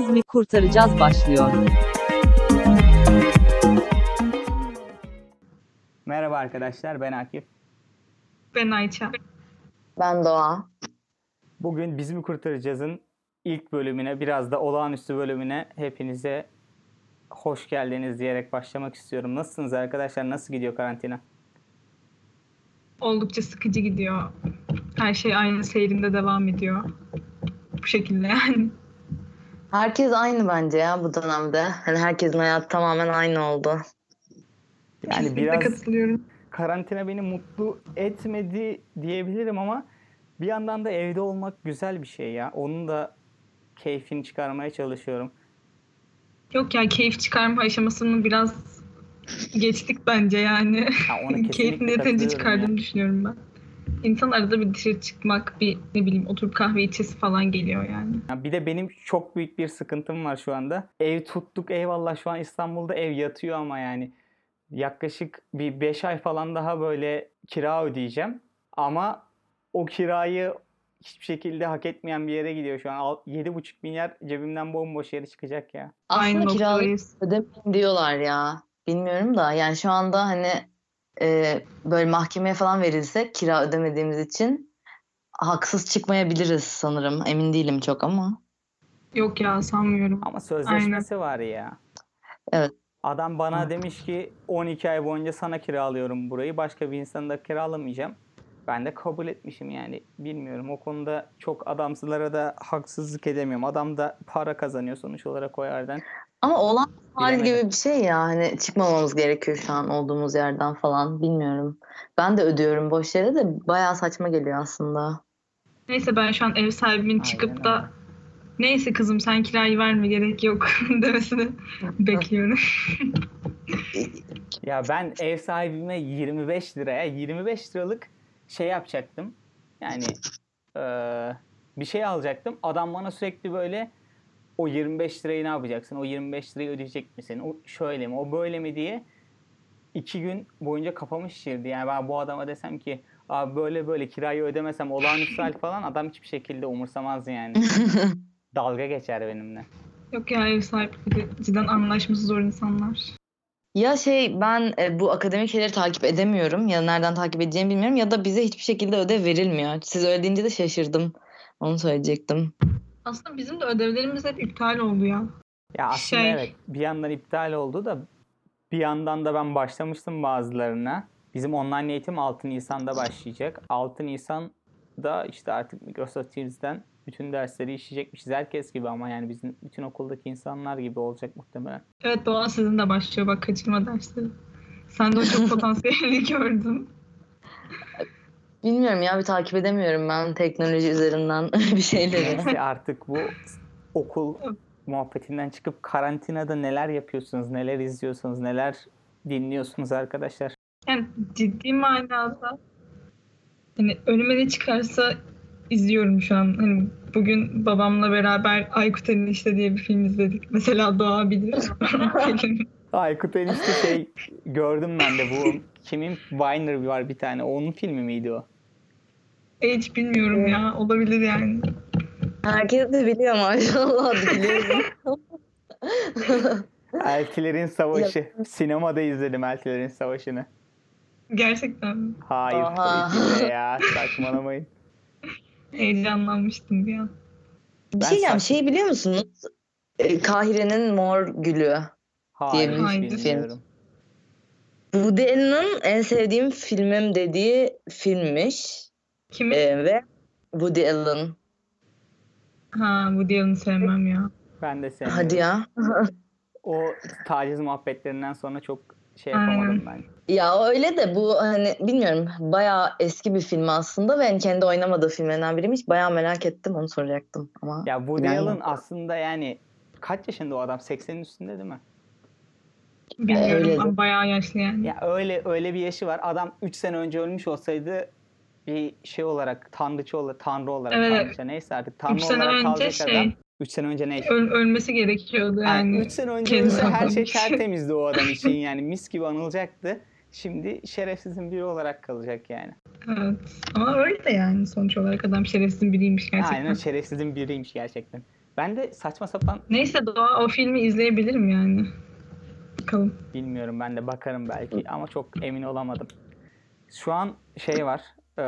Biz mi kurtaracağız başlıyor. Merhaba arkadaşlar, ben Akif. Ben Ayça. Ben Doğa. Bugün Biz mi Kurtaracağız'ın ilk bölümüne, biraz da olağanüstü bölümüne hepinize hoş geldiniz diyerek başlamak istiyorum. Nasılsınız arkadaşlar? Nasıl gidiyor karantina? Oldukça sıkıcı gidiyor. Her şey aynı seyrinde devam ediyor. Bu şekilde yani. Herkes aynı bence ya bu dönemde. Hani herkesin hayatı tamamen aynı oldu. Yani Kesinlikle biraz katılıyorum. karantina beni mutlu etmedi diyebilirim ama bir yandan da evde olmak güzel bir şey ya. Onun da keyfini çıkarmaya çalışıyorum. Yok ya, keyif çıkarma aşamasını biraz geçtik bence yani. Ha, ona kesinlikle Keyfini yeterince katılıyorum ya. çıkardığımı düşünüyorum ben. İnsan arada bir dışarı çıkmak, bir ne bileyim oturup kahve içesi falan geliyor yani. Ya bir de benim çok büyük bir sıkıntım var şu anda. Ev tuttuk, eyvallah, şu an İstanbul'da ev yatıyor ama yani yaklaşık bir 5 ay falan daha böyle kira ödeyeceğim. Ama o kirayı hiçbir şekilde hak etmeyen bir yere gidiyor şu an. 7,5 milyar cebimden bomboş yere çıkacak ya. Aynı Aslında kiralık noktadayız. ödemeyin diyorlar ya. Bilmiyorum da yani şu anda hani böyle mahkemeye falan verilsek kira ödemediğimiz için haksız çıkmayabiliriz sanırım. Emin değilim çok ama. Yok ya, sanmıyorum. Ama sözleşmesi var ya. Evet. Adam bana demiş ki 12 ay boyunca sana kiralıyorum burayı. Başka bir insana da kiralamayacağım. Ben de kabul etmişim yani. Bilmiyorum, o konuda çok adamsılara da haksızlık edemiyorum. Adam da para kazanıyor sonuç olarak o yerden. Ama olan hal Bilemedim. gibi bir şey ya. Hani çıkmamamız gerekiyor şu an olduğumuz yerden falan. Bilmiyorum. Ben de ödüyorum boş yere de bayağı saçma geliyor aslında. Neyse, ben şu an ev sahibimin Aynen çıkıp öyle. da neyse kızım sen kirayı verme, gerek yok demesini bekliyorum. Ya ben ev sahibime 25 liraya 25 liralık şey yapacaktım. Yani bir şey alacaktım. Adam bana sürekli böyle o 25 lirayı ne yapacaksın? O 25 lirayı ödeyecek misin? O şöyle mi? O böyle mi diye 2 gün boyunca kafamı şişirdi. Yani ben bu adama desem ki abi böyle böyle kirayı ödemesem olağanüstü hal falan, adam hiçbir şekilde umursamaz yani. Dalga geçer benimle. Yok ya, ev sahipleri cidden anlaşması zor insanlar. Ya ben bu akademik şeyleri takip edemiyorum ya nereden takip edeceğimi bilmiyorum ya da bize hiçbir şekilde ödev verilmiyor. Siz öyle deyince de şaşırdım. Onu söyleyecektim. Aslında bizim de ödevlerimiz hep iptal oldu ya. Ya aslında Şey- evet, bir yandan iptal oldu da bir yandan da ben başlamıştım bazılarına. Bizim online eğitim 6 Nisan'da başlayacak. 6 Nisan'da işte artık Microsoft Teams'ten bütün dersleri işleyecekmişiz. Herkes gibi ama yani bizim bütün okuldaki insanlar gibi olacak muhtemelen. Evet, Doğa sizin de başlıyor, bak kaçırma dersleri. Sen de o çok potansiyelli gördüm. Bilmiyorum ya bir takip edemiyorum ben teknoloji üzerinden bir şeyleri. Neyse, artık bu okul muhabbetinden çıkıp karantinada neler yapıyorsunuz, neler izliyorsunuz, neler dinliyorsunuz arkadaşlar? Yani ciddi manada hani önüme ne çıkarsa izliyorum şu an. Hani bugün babamla beraber Aykut Enişte diye bir film izledik. Mesela Doğa bilir. Film. Aykut Enişte gördüm ben de, bu kimin Viner var bir tane, onun filmi miydi o? Hiç bilmiyorum ya. Olabilir yani. Herkes de biliyor maşallah biliyorum. Eltilerin Savaşı. Sinemada izledim Eltilerin Savaşı'nı. Gerçekten mi? Hayır, Oha. tabii ki de ya. Saçmalamayın. Heyecanlanmıştım bir an. Bir Ben şey diyeceğim saçma- biliyor musunuz? Kahire'nin Mor Gülü Hayır, bir hiç Hayır. bilmiyorum. Woody Allen'ın en sevdiğim filmim dediği filmmiş. Kimi? Ve Woody Allen. Ha, Woody Allen'ı sevmem ya. Ben de sevmiyorum. Hadi ya. O taciz muhabbetlerinden sonra çok şey Aynen. yapamadım ben. Ya öyle de bu hani bilmiyorum bayağı eski bir film aslında ve hani kendi oynamadığı filmlerinden biriymiş. Bayağı merak ettim onu soracaktım ama. Ya Woody bilen Allen yok. aslında yani kaç yaşında o adam? 80'in üstünde değil mi? Bilmiyorum öyle. ama bayağı yaşlı yani. Ya öyle bir yaşı var. Adam 3 sene önce ölmüş olsaydı bir şey olarak, tanrı olarak Evet. kalmış. Neyse, artık tanrı 3 sene olarak önce kalacak adam. 3 sene önce ne? ölmesi gerekiyordu yani. 3 sene önce Kendi ölse her şey zamanı. tertemizdi o adam için, yani mis gibi anılacaktı. Şimdi şerefsizin biri olarak kalacak yani. Evet. Ama öyle de yani sonuç olarak adam şerefsiz biriymiş gerçekten. Aynen, şerefsizin biriymiş gerçekten. Ben de saçma sapan Neyse Doğa, o filmi izleyebilirim yani. Bakalım. bilmiyorum, ben de bakarım belki ama çok emin olamadım. Şu an şey var,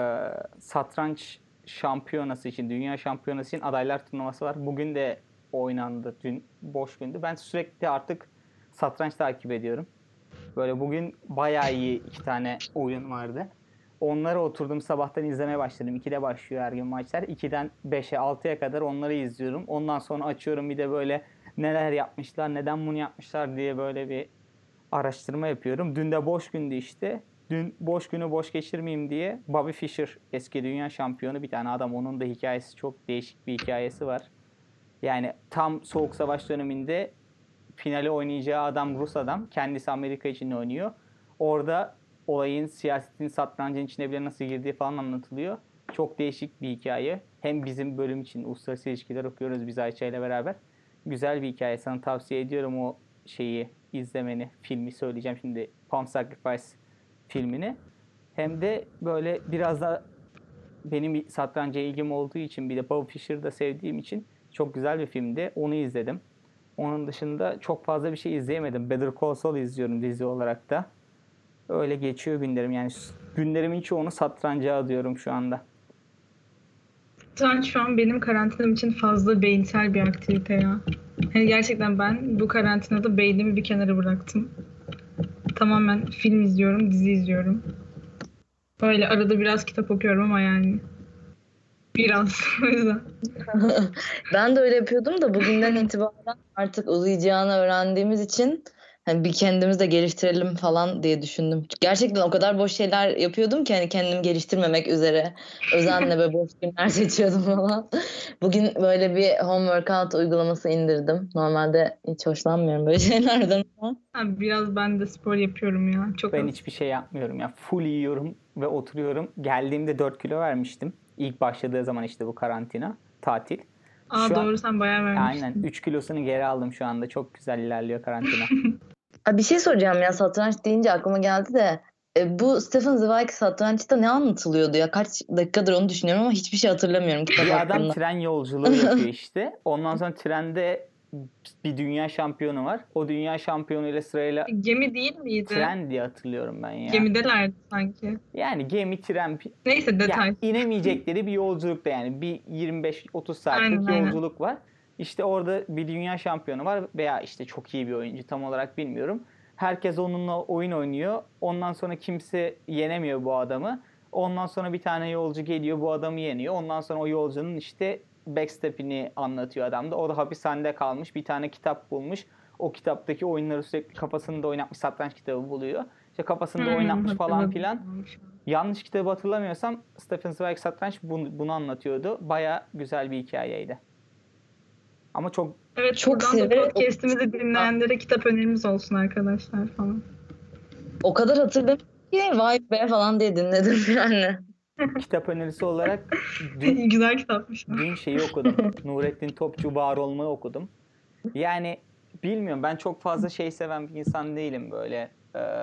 satranç şampiyonası için, dünya şampiyonası için adaylar turnuvası var. Bugün de oynandı, dün boş gündü. Ben sürekli artık satranç takip ediyorum. Böyle bugün bayağı iyi 2 tane oyun vardı. Onları oturdum sabahtan izlemeye başladım. 2'de başlıyor her gün maçlar. 2'den 5'e 6'ya kadar onları izliyorum. Ondan sonra açıyorum bir de böyle neler yapmışlar, neden bunu yapmışlar diye böyle bir araştırma yapıyorum. Dün de boş gündü işte. Dün boş günü boş geçirmeyeyim diye Bobby Fischer, eski dünya şampiyonu bir tane adam. Onun da hikayesi çok değişik bir hikayesi var. Yani tam Soğuk Savaş döneminde finali oynayacağı adam Rus adam. Kendisi Amerika için oynuyor. Orada olayın, siyasetin, satrancın içine bile nasıl girdiği falan anlatılıyor. Çok değişik bir hikaye. Hem bizim bölüm için uluslararası ilişkiler okuyoruz biz Ayça ile beraber. Güzel bir hikaye. Sana tavsiye ediyorum o şeyi izlemeni. Filmi söyleyeceğim şimdi. Palm Sacrifice filmini. Hem de böyle biraz da benim bir satranca ilgim olduğu için bir de Bobby Fischer'ı da sevdiğim için çok güzel bir filmdi. Onu izledim. Onun dışında çok fazla bir şey izleyemedim. Better Call Saul izliyorum dizi olarak da. Öyle geçiyor günlerim. Yani günlerimin çoğunu satranca adıyorum şu anda. Satranç şu an benim karantinam için fazla beyinsel bir aktivite ya. Hani gerçekten ben bu karantinada beynimi bir kenara bıraktım. Tamamen film izliyorum, dizi izliyorum. Böyle arada biraz kitap okuyorum ama yani biraz o yüzden. Ben de öyle yapıyordum da bugünden itibaren artık uzayacağını öğrendiğimiz için hani bir kendimizi de geliştirelim falan diye düşündüm. Gerçekten o kadar boş şeyler yapıyordum ki hani kendimi geliştirmemek üzere özenle böyle boş günler seçiyordum falan. Bugün böyle bir home workout uygulaması indirdim. Normalde hiç hoşlanmıyorum böyle şeylerden ama. Abi biraz ben de spor yapıyorum ya. Çok Ben az. hiçbir şey yapmıyorum ya. Full yiyorum ve oturuyorum. Geldiğimde 4 kilo vermiştim. İlk başladığı zaman işte bu karantina, tatil. Aa Şu an- doğru, sen bayağı vermiştin. Aynen 3 kilosunu geri aldım şu anda. Çok güzel ilerliyor karantina. Bir şey soracağım ya, satranç deyince aklıma geldi de bu Stefan Zweig satrançta ne anlatılıyordu ya? Kaç dakikadır onu düşünüyorum ama hiçbir şey hatırlamıyorum kitap Bir adam hakkında. tren yolculuğu yapıyor işte. Ondan sonra trende bir dünya şampiyonu var. O dünya şampiyonu ile sırayla Gemi değil miydi? tren diye hatırlıyorum ben ya. Gemidelerdi sanki. Yani gemi, tren, Neyse detay. yani inemeyecekleri bir yolculukta, yani bir 25-30 saatlik Aynen. yolculuk var. İşte orada bir dünya şampiyonu var veya işte çok iyi bir oyuncu, tam olarak bilmiyorum. Herkes onunla oyun oynuyor. Ondan sonra kimse yenemiyor bu adamı. Ondan sonra bir tane yolcu geliyor, bu adamı yeniyor. Ondan sonra o yolcunun işte backstep'ini anlatıyor adam da. O da hapishanede kalmış, bir tane kitap bulmuş. O kitaptaki oyunları sürekli kafasında oynatmış, satranç kitabı buluyor. İşte kafasında oynatmış falan Hatırladım. filan. Yanlış kitabı hatırlamıyorsam Stefan Zweig satranç bunu anlatıyordu. Baya güzel bir hikayeydi. Ama çok Evet, Çok buradan da severek podcast'imizi dinleyenlere kitap önerimiz olsun arkadaşlar falan. o kadar hatırlamıyorum ki vay be falan diye dinledim yani. kitap önerisi olarak dün, Güzel kitapmış. dün şeyi okudum. Nurettin Topçu Var Olmayı okudum. Yani bilmiyorum, ben çok fazla şey seven bir insan değilim, böyle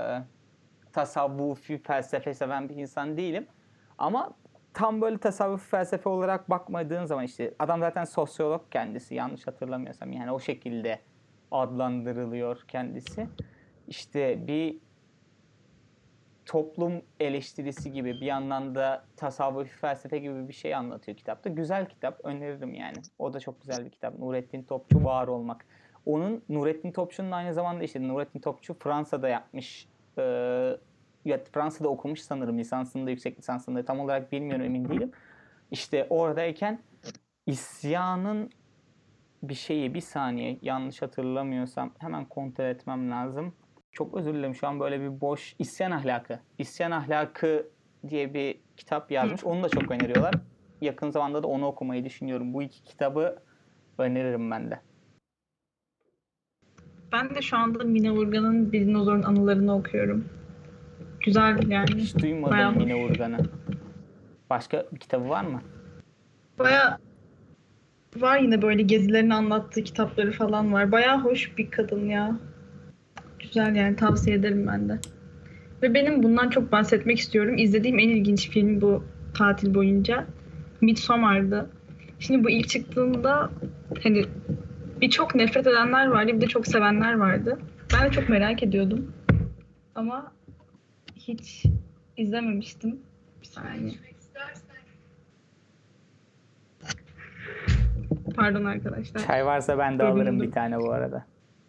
tasavvufi felsefe seven bir insan değilim. Ama tam böyle tasavvufi felsefe olarak bakmadığın zaman, işte adam zaten sosyolog kendisi, yanlış hatırlamıyorsam, yani o şekilde adlandırılıyor kendisi. İşte bir toplum eleştirisi gibi, bir yandan da tasavvufi felsefe gibi bir şey anlatıyor kitapta. Güzel kitap, öneririm yani. O da çok güzel bir kitap. Nurettin Topçu Var Olmak. Nurettin Topçu'nun aynı zamanda işte Nurettin Topçu Fransa'da yapmış, ya Fransa'da okumuş sanırım, lisansında, yüksek lisansında, tam olarak bilmiyorum, emin değilim. İşte oradayken isyanın bir şeyi, bir saniye, yanlış hatırlamıyorsam hemen kontrol etmem lazım. Çok özür dilerim, şu an böyle bir boş. İsyan Ahlakı. İsyan Ahlakı diye bir kitap yazmış. Onu da çok öneriyorlar. Yakın zamanda da onu okumayı düşünüyorum. Bu iki kitabı öneririm ben de. Ben de şu anda Mine Urgan'ın Bir Dinozorun Anılarını okuyorum. Güzel yani. Hiç duymadım Bayağı Mine Urgan'ı. Başka bir kitabı var mı? Bayağı var, yine böyle gezilerini anlattığı kitapları falan var. Bayağı hoş bir kadın ya. Güzel yani, tavsiye ederim ben de. Ve benim bundan çok bahsetmek istiyorum. İzlediğim en ilginç film bu tatil boyunca Midsommar'dı. Şimdi bu ilk çıktığında hani birçok nefret edenler vardı, bir de çok sevenler vardı. Ben de çok merak ediyordum. Ama hiç izlememiştim. Bir saniye. Pardon arkadaşlar. Çay varsa ben de alırım Bölündüm. bir tane bu arada.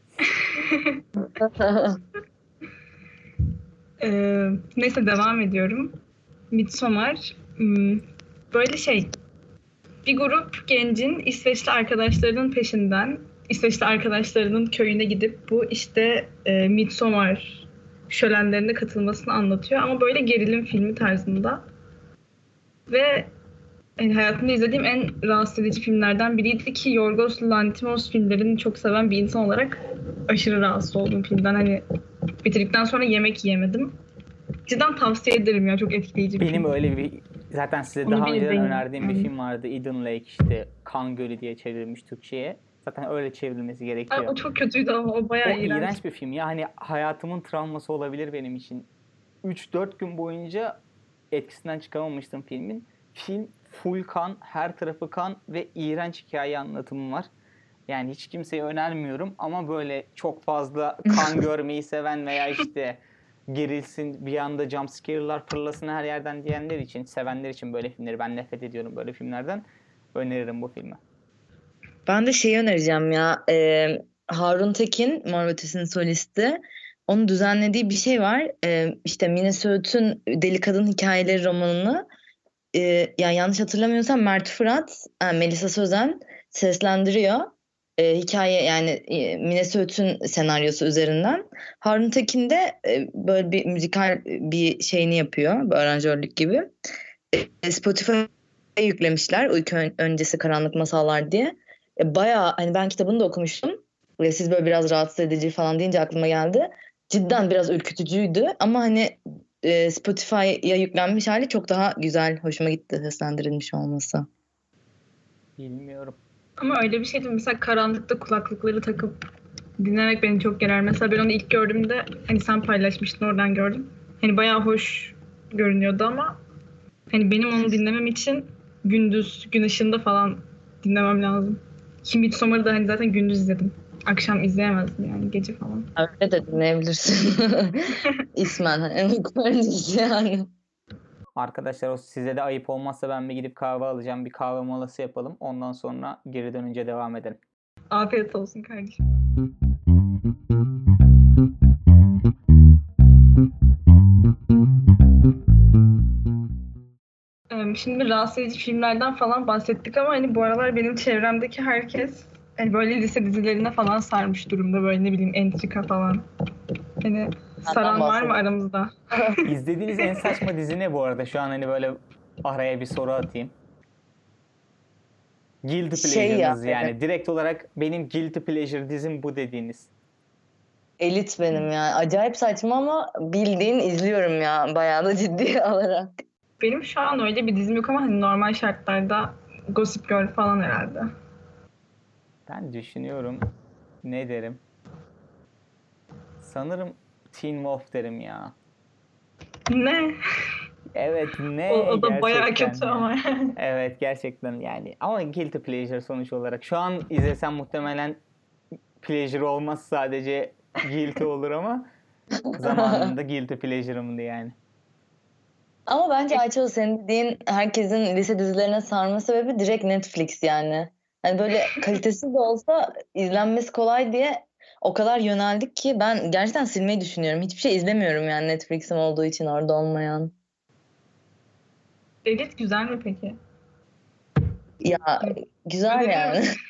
Neyse devam ediyorum. Midsommar. Böyle bir grup gencin İsveçli arkadaşlarının peşinden, İsveçli arkadaşlarının köyüne gidip bu Midsommar şölenlerine katılmasını anlatıyor. Ama böyle gerilim filmi tarzında. Ve hayatımda izlediğim en rahatsız edici filmlerden biriydi ki Yorgos Lanthimos filmlerini çok seven bir insan olarak aşırı rahatsız olduğum filmden. Hani bitirdikten sonra yemek yiyemedim. Cidden tavsiye ederim ya, çok etkileyici bir Benim film. öyle bir zaten size Onu daha bir önceden izleyin. önerdiğim bir Hı. film vardı. Eden Lake, işte Kan Gölü diye çevrilmiş Türkçe'ye. Zaten öyle çevrilmesi Ay, gerekiyor. o çok kötüydü ama o O bayağı iğrenç iğrenç. bir film. Yani hayatımın travması olabilir benim için. 3-4 gün boyunca etkisinden çıkamamıştım filmin. Film full kan, her tarafı kan ve iğrenç hikaye anlatımı var. Yani hiç kimseye önermiyorum ama böyle çok fazla kan görmeyi seven veya işte gerilsin, bir anda jump scare'lar fırlasın her yerden diyenler için, sevenler için böyle filmleri, ben nefret ediyorum böyle filmlerden, öneririm bu filmi. Ben de şeyi önereceğim ya. Harun Tekin, Mor ve Ötesi'nin solisti. Onun düzenlediği bir şey var. İşte Mine Söğüt'ün Deli Kadın Hikayeleri romanını yani yanlış hatırlamıyorsam Mert Fırat, Melisa Sözen seslendiriyor. Hikaye yani Mine Söğüt'ün senaryosu üzerinden. Harun Tekin de böyle bir müzikal bir şeyini yapıyor. Bir aranjörlük gibi. Spotify'a yüklemişler. Uyku öncesi karanlık masallar diye. Bayağı hani ben kitabını da okumuştum. Siz böyle biraz rahatsız edici falan deyince aklıma geldi. Cidden biraz ürkütücüydü ama hani Spotify'a yüklenmiş hali çok daha güzel. Hoşuma gitti seslendirilmiş olması. Bilmiyorum. Ama öyle bir şeydi. Mesela karanlıkta kulaklıkları takıp dinlemek beni çok gerer. Mesela ben onu ilk gördüğümde hani sen paylaşmıştın, oradan gördüm. Hani bayağı hoş görünüyordu ama hani benim onu dinlemem için gündüz gün ışığında falan dinlemem lazım. Ki Midsommar'ı da hani zaten gündüz izledim. Akşam izleyemezdim yani, gece falan. Öyle de dinleyebilirsin. İsmen hani uyku öncesi yani. Arkadaşlar, o size de ayıp olmazsa ben bir gidip kahve alacağım. Bir kahve molası yapalım. Ondan sonra geri dönünce devam edelim. Afiyet olsun kardeşim. Şimdi rahatsız edici filmlerden falan bahsettik ama hani bu aralar benim çevremdeki herkes hani böyle lise dizilerine falan sarmış durumda, böyle ne bileyim Entrika falan. Hani saran var mı aramızda? İzlediğiniz en saçma dizi ne bu arada? Şu an hani böyle araya bir soru atayım. Guilty pleasure'ınız yani. Direkt olarak benim guilty pleasure dizim bu dediğiniz. Elit benim ya. Acayip saçma ama bildiğin izliyorum ya. Bayağı da ciddiye alarak. Benim şu an öyle bir dizim yok ama hani normal şartlarda Gossip Girl falan herhalde. Ben düşünüyorum. Ne derim? Sanırım Teen Wolf derim ya. Ne? Evet, ne O da bayağı gerçekten kötü ya. ama. Evet, gerçekten yani. Ama guilty pleasure sonuç olarak. Şu an izlesem muhtemelen pleasure olmaz, sadece guilty olur ama zamanında guilty pleasure'ımdı yani. Ama bence Ayça, senin dediğin herkesin lise dizilerine sarma sebebi direkt Netflix yani. Hani böyle kalitesiz de olsa izlenmesi kolay diye o kadar yöneldik ki ben gerçekten silmeyi düşünüyorum. Hiçbir şey izlemiyorum yani Netflix'im olduğu için orada olmayan. Devlet güzel mi peki? Ya güzel Önerir yani. misin?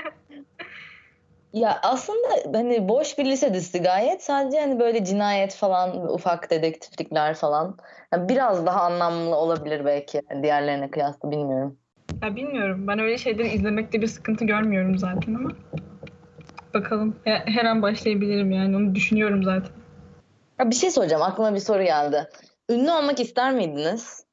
Ya aslında hani boş bir lise dizisi gayet. Sadece hani böyle cinayet falan, ufak dedektiflikler falan. Yani biraz daha anlamlı olabilir belki diğerlerine kıyasla, bilmiyorum. Ya bilmiyorum. Ben öyle şeyleri izlemekte bir sıkıntı görmüyorum zaten ama. Bakalım. Her an başlayabilirim yani. Onu düşünüyorum zaten. Ya bir şey soracağım. Aklıma bir soru geldi. Ünlü olmak ister miydiniz?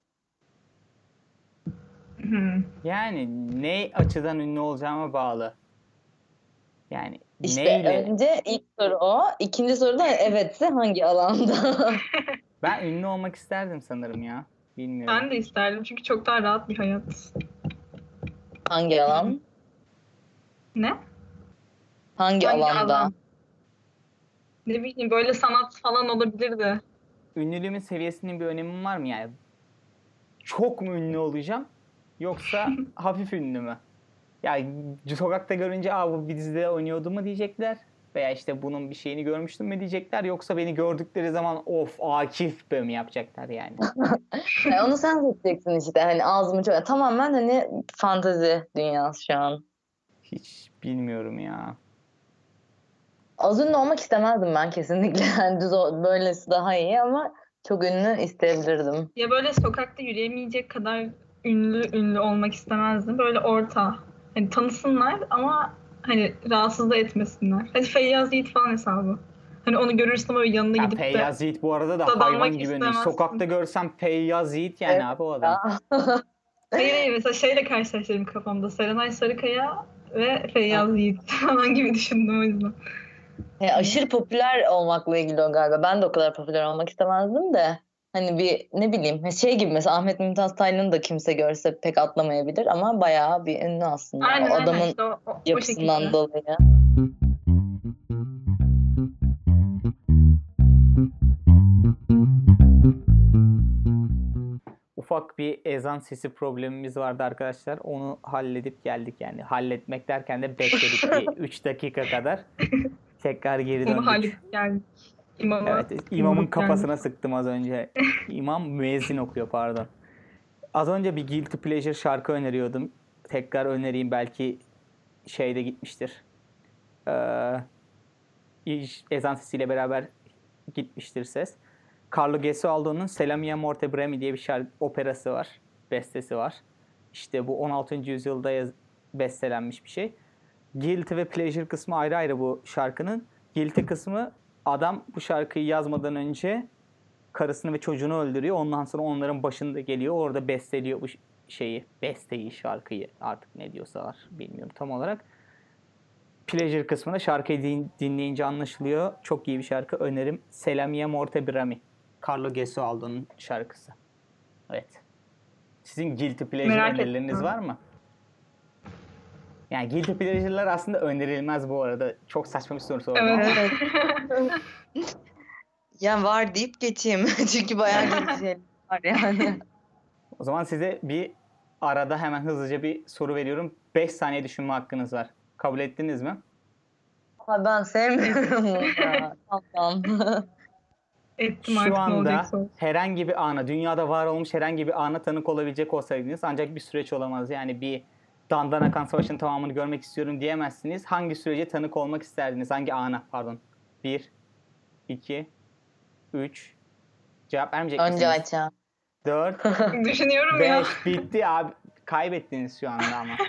Yani ne açıdan ünlü olacağıma bağlı. Yani İşte neyle? önce ilk soru o. İkinci soru da evetse hangi alanda? Ben ünlü olmak isterdim sanırım ya. Bilmiyorum. Ben de isterdim çünkü çok daha rahat bir hayat. Hangi alan? Ne? Hangi Hangi alanda? alan? Ne bileyim böyle sanat falan olabilir de. Ünlülüğümün seviyesinin bir önemi var mı yani? Çok mu ünlü olacağım yoksa hafif ünlü mü? Yani sokakta görünce bu bir dizide oynuyordu mu diyecekler veya işte bunun bir şeyini görmüştüm mü diyecekler yoksa beni gördükleri zaman of Akif be mi yapacaklar yani? Onu sen seçeceksin işte. Hani ağzımı çok... Tamamen hani fantezi dünyası şu an. Hiç bilmiyorum ya. Az ünlü olmak istemezdim ben kesinlikle. Yani böylesi daha iyi ama çok ünlü isteyebilirdim. Ya böyle sokakta yürüyemeyecek kadar ünlü olmak istemezdim. Böyle orta. Hani tanısınlar ama hani rahatsız da etmesinler. Hadi Feyyaz Yiğit falan hesabı. Hani onu görürsün ama yanına Ya gidip de Feyyaz Yiğit bu arada da dadanmak hayvan gibi ünlü. istemezsin. Sokakta görsem Feyyaz Yiğit yani Evet abi o adam. ya. Hayır mesela şeyle karşılaştırdım kafamda. Serenay Sarıkaya ve Feyyaz Yiğit falan gibi düşündüm o yüzden. Aşırı popüler olmakla ilgili o galiba. Ben de o kadar popüler olmak istemezdim de. Hani bir ne bileyim şey gibi mesela Ahmet Mümtaz Taylan'ı da kimse görse pek atlamayabilir ama bayağı bir ünlü aslında. Aynen O aynen adamın işte o yapısından şekilde. dolayı. Ufak bir ezan sesi problemimiz vardı arkadaşlar. Onu halledip geldik yani. Halletmek derken de bekledik bir 3 dakika kadar. Tekrar geri Onu döndük. halledip geldik. İmama Evet, imamın vurup geldik. kafasına sıktım az önce. İmam müezzin okuyor pardon. Az önce bir Guilty Pleasure şarkı öneriyordum. Tekrar önereyim belki şeyde gitmiştir. Ezan sesiyle beraber gitmiştir ses. Carlo Gesualdo'nun Selamia Morte Bremi diye bir operası var. Bestesi var. İşte bu 16. yüzyılda bestelenmiş bir şey. Guilty ve Pleasure kısmı ayrı ayrı bu şarkının. Guilty kısmı adam bu şarkıyı yazmadan önce karısını ve çocuğunu öldürüyor. Ondan sonra onların başında geliyor. Orada besteliyor bu besteyi, şarkıyı artık ne diyorsalar bilmiyorum tam olarak. Pleasure kısmında şarkıyı dinleyince anlaşılıyor. Çok iyi bir şarkı. Önerim Selamia Morte Brami. Carlo Gesualdo'nun şarkısı. Evet. Sizin Guilty Pleasure Merak önerileriniz ettim. var mı? Yani Guilty Pleasure'lar aslında önerilmez bu arada. Çok saçma bir soru sordum Evet. ama. Evet. Yani var deyip geçeyim. Çünkü bayağı ilginç şeyler var yani. O zaman size bir arada hemen hızlıca bir soru veriyorum. 5 saniye düşünme hakkınız var. Kabul ettiniz mi? Ha, ben sevmiyorum bunu ya. Tamam. Ettim Şu artık ne anda olacaksa olsun. herhangi bir ana, dünyada var olmuş herhangi bir ana tanık olabilecek olsaydınız ancak bir süreç olamaz. Yani bir Dandan Akan Savaşı'nın tamamını görmek istiyorum diyemezsiniz. Hangi sürece tanık olmak isterdiniz? Hangi ana? Pardon. 1, 2, 3. Cevap vermeyecek Önce misiniz? açacağım. 4, Düşünüyorum ya. 5. Bitti abi. Kaybettiniz şu anda ama.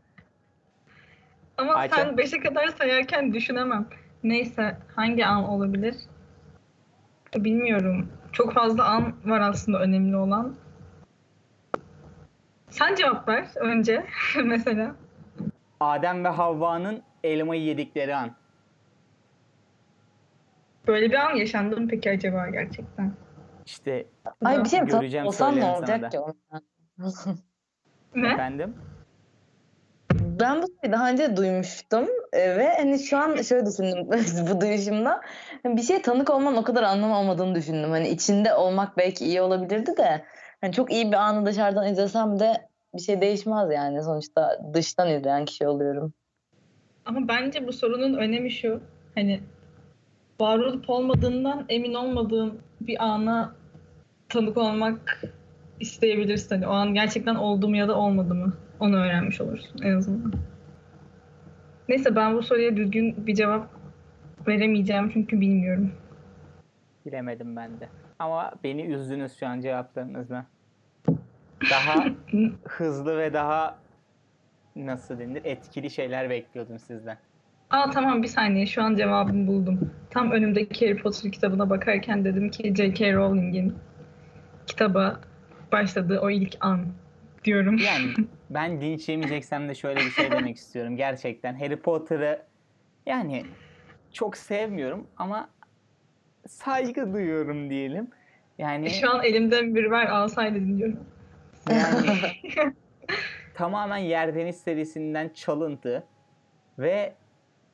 Ama Ayça? sen 5'e kadar sayarken düşünemem. Neyse hangi an olabilir? Bilmiyorum. Çok fazla an var aslında önemli olan. Sen cevap ver önce mesela. Adem ve Havva'nın elmayı yedikleri an. Böyle bir an yaşandı mı peki acaba gerçekten? İşte Ay bir şey mi? göreceğim, Olsam ne söylerim sana olacak da. ki ondan? Ne? Efendim? Ben bu şeyi daha önce duymuştum ve hani şu an şöyle düşündüm bu duyuşumda. Bir şeye tanık olmanın o kadar anlamı olmadığını düşündüm. Hani içinde olmak belki iyi olabilirdi de hani çok iyi bir anı dışarıdan izlesem de bir şey değişmez yani. Sonuçta dıştan izleyen kişi oluyorum. Ama bence bu sorunun önemi şu. Hani var olup olmadığından emin olmadığın bir ana tanık olmak isteyebilirsin. Hani o an gerçekten oldu mu ya da olmadı mı? Onu öğrenmiş olursun en azından. Neyse ben bu soruya düzgün bir cevap veremeyeceğim çünkü bilmiyorum. Bilemedim ben de. Ama beni üzdünüz şu an cevaplarınızla. Daha hızlı ve daha nasıl denir etkili şeyler bekliyordum sizden. Aa tamam bir saniye şu an cevabımı buldum. Tam önümdeki Harry Potter kitabına bakarken dedim ki J.K. Rowling'in kitaba başladığı o ilk an diyorum. Yani ben linç yemeyeceksem de şöyle bir şey demek istiyorum. Gerçekten Harry Potter'ı yani çok sevmiyorum ama saygı duyuyorum diyelim. Yani Şu an elimde bir ver alsaydı dinliyorum. yani tamamen Yerdeniz serisinden çalıntı ve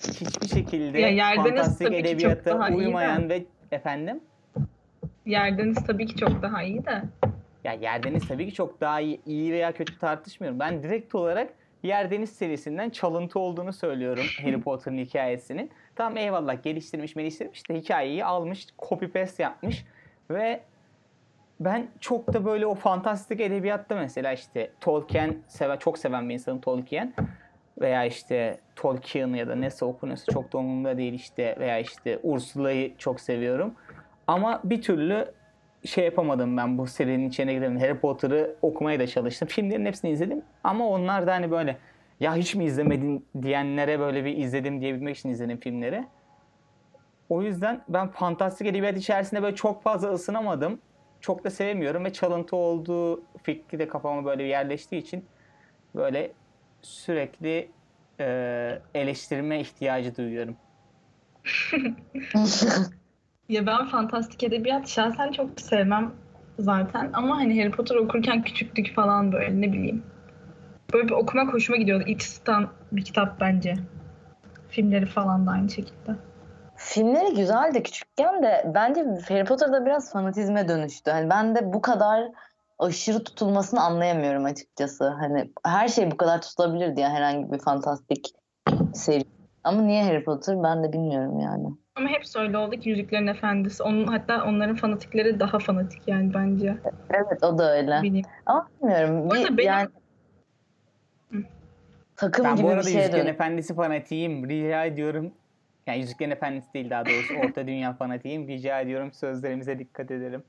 hiçbir şekilde Ya Yerdeniz fantastik tabii ki çok edebiyata daha iyi de. uymayan ve efendim Yerdeniz tabii ki çok daha iyi de. ya Yerdeniz tabii ki çok daha iyi veya kötü tartışmıyorum. Ben direkt olarak Yerdeniz serisinden çalıntı olduğunu söylüyorum Harry Potter'ın hikayesinin. Tamam eyvallah geliştirmiş de hikayeyi almış, copy paste yapmış ve ben çok da böyle o fantastik edebiyatta mesela işte çok seven bir insanım Tolkien veya işte Tolkien ya da nasıl okunuyorsa çok da umurumda değil işte veya işte Ursula'yı çok seviyorum. Ama bir türlü şey yapamadım ben bu serinin içine girelim. Harry Potter'ı okumaya da çalıştım. Filmlerin hepsini izledim ama onlar da hani böyle ya hiç mi izlemedin diyenlere böyle bir izledim diyebilmek için izledim filmleri. O yüzden ben fantastik edebiyat içerisinde böyle çok fazla ısınamadım. Çok da sevmiyorum ve çalıntı olduğu fikri de kafama böyle yerleştiği için böyle sürekli eleştirme ihtiyacı duyuyorum. Ya ben fantastik edebiyat şahsen çok sevmem zaten. Ama hani Harry Potter okurken küçüklük falan böyle ne bileyim. Böyle bir okumak hoşuma gidiyordu. İç ısıtan bir kitap bence. Filmleri falan da aynı şekilde. Filmleri güzeldi küçükken de bence Harry Potter'da biraz fanatizme dönüştü. Hani ben de bu kadar aşırı tutulmasını anlayamıyorum açıkçası. Hani her şey bu kadar tutulabilirdi ya herhangi bir fantastik seri. Ama niye Harry Potter ben de bilmiyorum yani. Ama hep öyle oldu ki Yüzüklerin Efendisi. Hatta onların fanatikleri daha fanatik yani bence. Evet o da öyle. Bileyim. Ama bilmiyorum Bu arada benim... yani takım Ben bu gibi bir arada şeye Yüzüklerin dönüş. Efendisi fanatiyim. Rica ediyorum. Yani Yüzüklerin Efendisi değil daha doğrusu. Orta Dünya fanatiyim. Rica ediyorum sözlerimize dikkat edelim.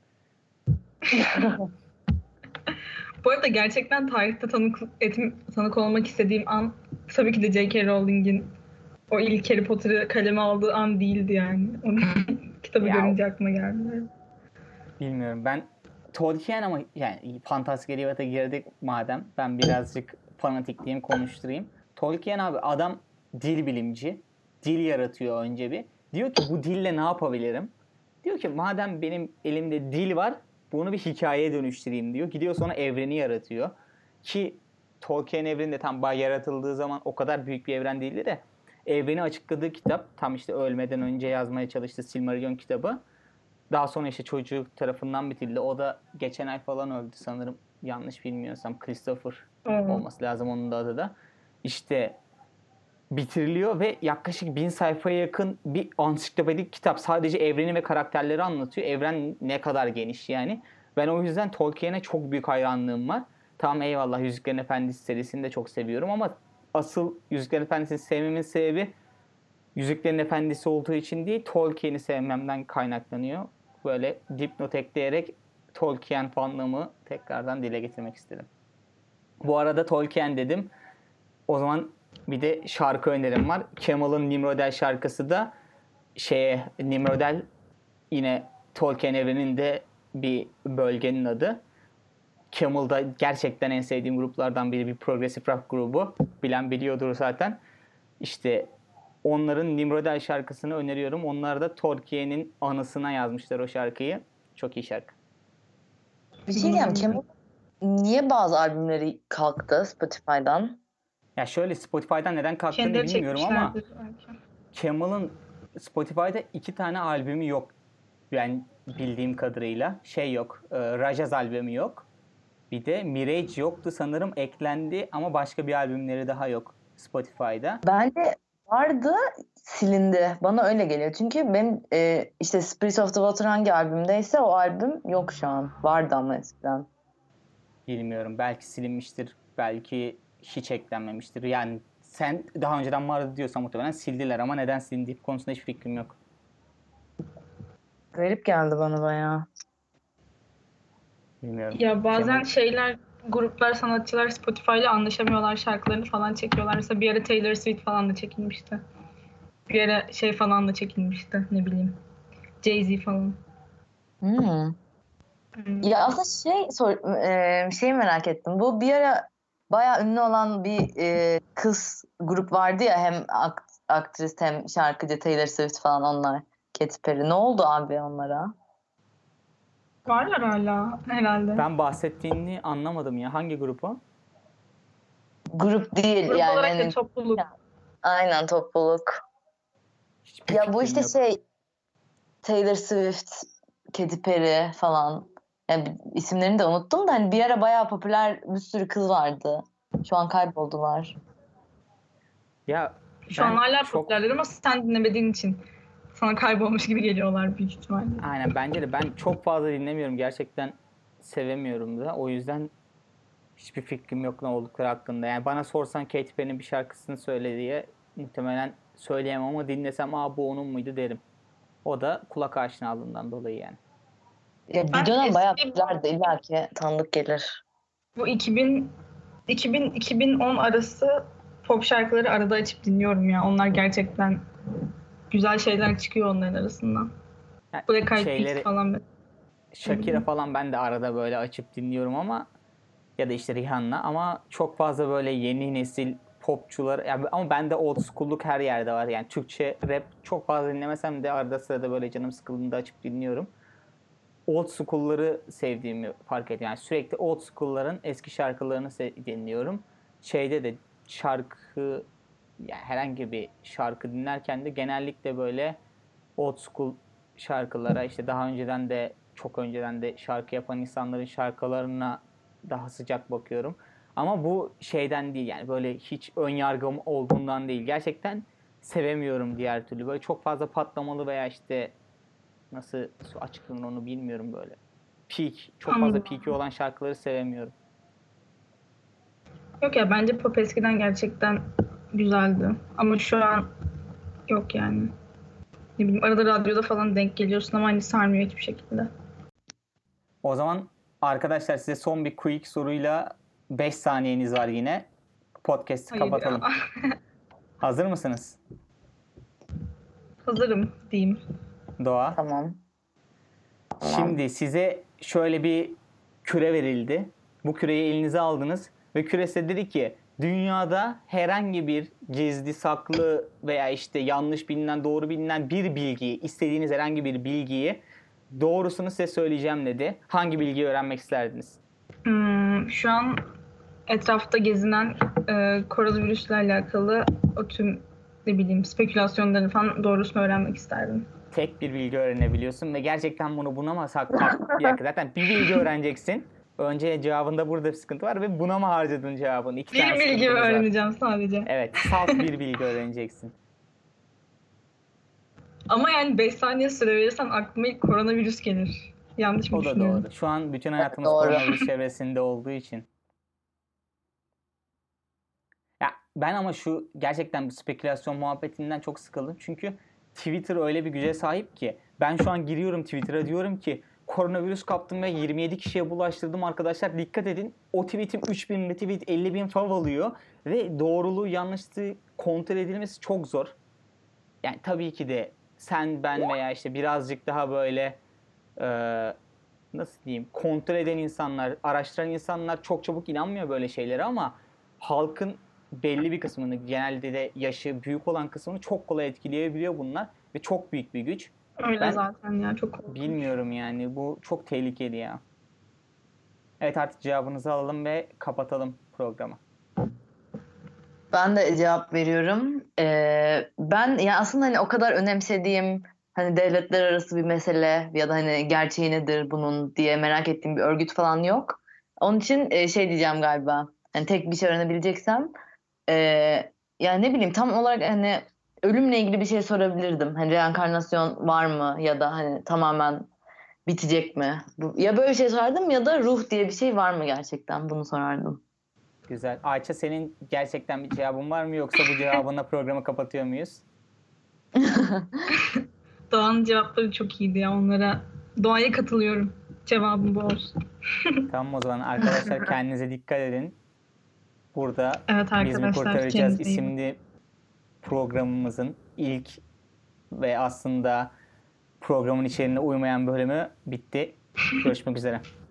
Bu arada gerçekten tarihte tanık olmak istediğim an tabii ki de J.K. Rowling'in o ilk Harry Potter'ı kaleme aldığı an değildi yani. Onun kitabı Ya görünce aklıma geldi. bilmiyorum ben Tolkien ama yani fantastik edebiyata girdik madem ben birazcık fanatikliğimi konuşturayım. Tolkien abi adam dil bilimci. Dil yaratıyor önce bir. Diyor ki bu dille ne yapabilirim? Diyor ki madem benim elimde dil var bunu bir hikayeye dönüştüreyim diyor. Gidiyor sonra evreni yaratıyor. Ki Tolkien evreni de tam yaratıldığı zaman o kadar büyük bir evren değildi de evreni açıkladığı kitap tam işte ölmeden önce yazmaya çalıştığı Silmarillion kitabı. Daha sonra işte çocuk tarafından bitildi. O da geçen ay falan öldü sanırım. Yanlış bilmiyorsam Christopher olması lazım onun da adı da. İşte bitiriliyor ve yaklaşık 1000 sayfaya yakın bir ansiklopedik kitap. Sadece evreni ve karakterleri anlatıyor. Evren ne kadar geniş yani. Ben o yüzden Tolkien'e çok büyük hayranlığım var. Tamam eyvallah Yüzüklerin Efendisi serisini de çok seviyorum ama asıl Yüzüklerin Efendisi'ni sevmemin sebebi Yüzüklerin Efendisi olduğu için değil Tolkien'i sevmemden kaynaklanıyor. Böyle dipnot ekleyerek Tolkien fanlığımı tekrardan dile getirmek istedim. Bu arada Tolkien dedim. O zaman bir de şarkı önerim var. Kemal'ın Nimrodel şarkısı da Nimrodel yine Tolkien evreninde bir bölgenin adı. Camel da gerçekten en sevdiğim gruplardan biri, bir progressive rock grubu. Bilen biliyordur zaten. İşte onların Nimrodel şarkısını öneriyorum. Onlar da Tolkien'in anısına yazmışlar o şarkıyı. Çok iyi şarkı. Bir şey diyeyim Kemal niye bazı albümleri kalktı Spotify'dan? Ya şöyle Spotify'dan neden kalktığını Kendileri bilmiyorum ama çekmişlerdir belki. Kemal'ın Spotify'da 2 tane albümü yok. Ben bildiğim kadarıyla. Yok. Rajaz albümü yok. Bir de Mirage yoktu sanırım. Eklendi ama başka bir albümleri daha yok Spotify'da. Bence vardı silindi. Bana öyle geliyor. Çünkü benim işte Spirit of the Water hangi albümdeyse o albüm yok şu an. Vardı ama eskiden. Bilmiyorum. Belki silinmiştir. Belki hiç eklenmemiştir. Yani sen daha önceden vardı diyorsan muhtemelen sildiler ama neden silindiği konusunda hiçbir fikrim yok. Garip geldi bana bayağı. Bilmiyorum. Ya bazen Kemal... gruplar, sanatçılar Spotify'la anlaşamıyorlar, şarkılarını falan çekiyorlar. Mesela bir ara Taylor Swift falan da çekilmişti. Bir ara falan da çekilmişti, ne bileyim. Jay-Z falan. Ya aslında şey merak ettim. Bu bir ara bayağı ünlü olan bir kız grup vardı ya hem aktris hem şarkıcı Taylor Swift falan onlar. Katy Perry. Ne oldu abi onlara? Varlar hala herhalde. Ben bahsettiğini anlamadım ya. Hangi grubu? Grup değil Grup yani. olarak da Hani, topluluk. aynen topluluk. Hiçbir Ya bu fikrim işte yok. Taylor Swift, Katy Perry falan. Yani isimlerini de unuttum da hani bir ara bayağı popüler bir sürü kız vardı. Şu an kayboldular. Ya Şu an ben hala çok popülerler ama sen dinlemediğin için sana kaybolmuş gibi geliyorlar büyük ihtimalle. aynen bence de ben çok fazla dinlemiyorum. Gerçekten sevemiyorum da. O yüzden hiçbir fikrim yok ne oldukları hakkında. Yani bana sorsan Katy Perry'nin bir şarkısını söyle diye muhtemelen söyleyemem ama dinlesem bu onun muydu derim. O da kulak aşinalığından dolayı yani. Ya bir Ben dönem bayağı eski popülerdi. İlla ki tanıdık gelir. bu 2000-2010 arası pop şarkıları arada açıp dinliyorum ya. Onlar gerçekten güzel şeyler çıkıyor onların arasından. Yani Black Eyed Peas şeyleri falan. Shakira falan ben de arada böyle açıp dinliyorum ama ya da işte Rihanna ama çok fazla böyle yeni nesil popçular yani ama bende old school'luk her yerde var. Yani Türkçe rap çok fazla dinlemesem de arada sırada böyle canım sıkıldığında açıp dinliyorum. Old school'ları sevdiğimi fark ettim. Yani sürekli old school'ların eski şarkılarını dinliyorum. Şeyde de şarkı yani herhangi bir şarkı dinlerken de genellikle böyle old school şarkılara işte daha önceden de çok önceden de şarkı yapan insanların şarkılarına daha sıcak bakıyorum. Ama bu şeyden değil yani böyle hiç ön yargım olduğundan değil. Gerçekten sevemiyorum diğer türlü. Böyle çok fazla patlamalı veya işte nasıl açıklanır onu bilmiyorum böyle. Çok fazla Anladım. peak'i olan şarkıları sevemiyorum. Yok ya bence pop eskiden gerçekten güzeldi. Ama şu an yok yani. Ne bileyim arada radyoda falan denk geliyorsun ama hani sarmıyor hiçbir şekilde. O zaman arkadaşlar size son bir quick soruyla 5 saniyeniz var yine. Podcast'i Hayır ya. kapatalım. Hazır mısınız? Hazırım diyeyim. Doğa. Tamam. Şimdi size şöyle bir küre verildi. Bu küreyi elinize aldınız ve küre size dedi ki dünyada herhangi bir gizli, saklı veya işte yanlış bilinen, doğru bilinen bir bilgiyi, istediğiniz herhangi bir bilgiyi doğrusunu size söyleyeceğim dedi. Hangi bilgiyi öğrenmek isterdiniz? Şu an etrafta gezinen koronavirüsle alakalı o tüm ne bileyim spekülasyonları falan doğrusunu öğrenmek isterdim. Tek bir bilgi öğrenebiliyorsun ve gerçekten buna mı bir dakika zaten bir bilgi öğreneceksin. Önce cevabında burada bir sıkıntı var ve buna mı harcadın cevabını? İki tane Bir bilgi sıkıntımız var. öğreneceğim sadece. Evet, salt bir bilgi öğreneceksin. Ama yani 5 saniye süre verirsen aklıma ilk koronavirüs gelir. Yanlış mı O da düşünüyorum? doğru. Şu an bütün hayatımız Doğru. koronavirüs çevresinde olduğu için. Ya ben ama şu gerçekten bir spekülasyon muhabbetinden çok sıkıldım. Çünkü Twitter öyle bir güce sahip ki ben şu an giriyorum Twitter'a diyorum ki koronavirüs kaptım ve 27 kişiye bulaştırdım arkadaşlar dikkat edin. O tweetim 3000 retweet 50.000 fav alıyor ve doğruluğu yanlışlığı kontrol edilmesi çok zor. Yani tabii ki de sen ben veya işte birazcık daha böyle e, nasıl diyeyim kontrol eden insanlar, araştıran insanlar çok çabuk inanmıyor böyle şeylere ama halkın belli bir kısmını genelde de yaşı büyük olan kısmını çok kolay etkileyebiliyor bunlar ve çok büyük bir güç. Öyle Ben zaten ya çok korkunç. bilmiyorum yani bu çok tehlikeli ya. Evet artık cevabınızı alalım ve kapatalım programı. Ben de cevap veriyorum. Ben ya aslında hani o kadar önemsediğim hani devletler arası bir mesele ya da hani gerçeği nedir bunun diye merak ettiğim bir örgüt falan yok. Onun için şey diyeceğim galiba. Hani tek bir şey öğrenebileceksem yani ne bileyim tam olarak hani ölümle ilgili bir şey sorabilirdim. Hani reenkarnasyon var mı ya da hani tamamen bitecek mi? Ya böyle bir şey sorardım ya da ruh diye bir şey var mı gerçekten bunu sorardım. Güzel. Ayça senin gerçekten bir cevabın var mı yoksa bu cevabınla programı kapatıyor muyuz? Doğan'ın cevapları çok iyiydi ya onlara. Doğaya katılıyorum. Cevabım bu olsun. Tamam o zaman arkadaşlar kendinize dikkat edin. Burada Evet Biz Mi arkadaşlar Kurtaracağız kendinize iyi bakın. isimli programımızın ilk ve aslında programın içeriğine uymayan bölümü bitti. Görüşmek üzere.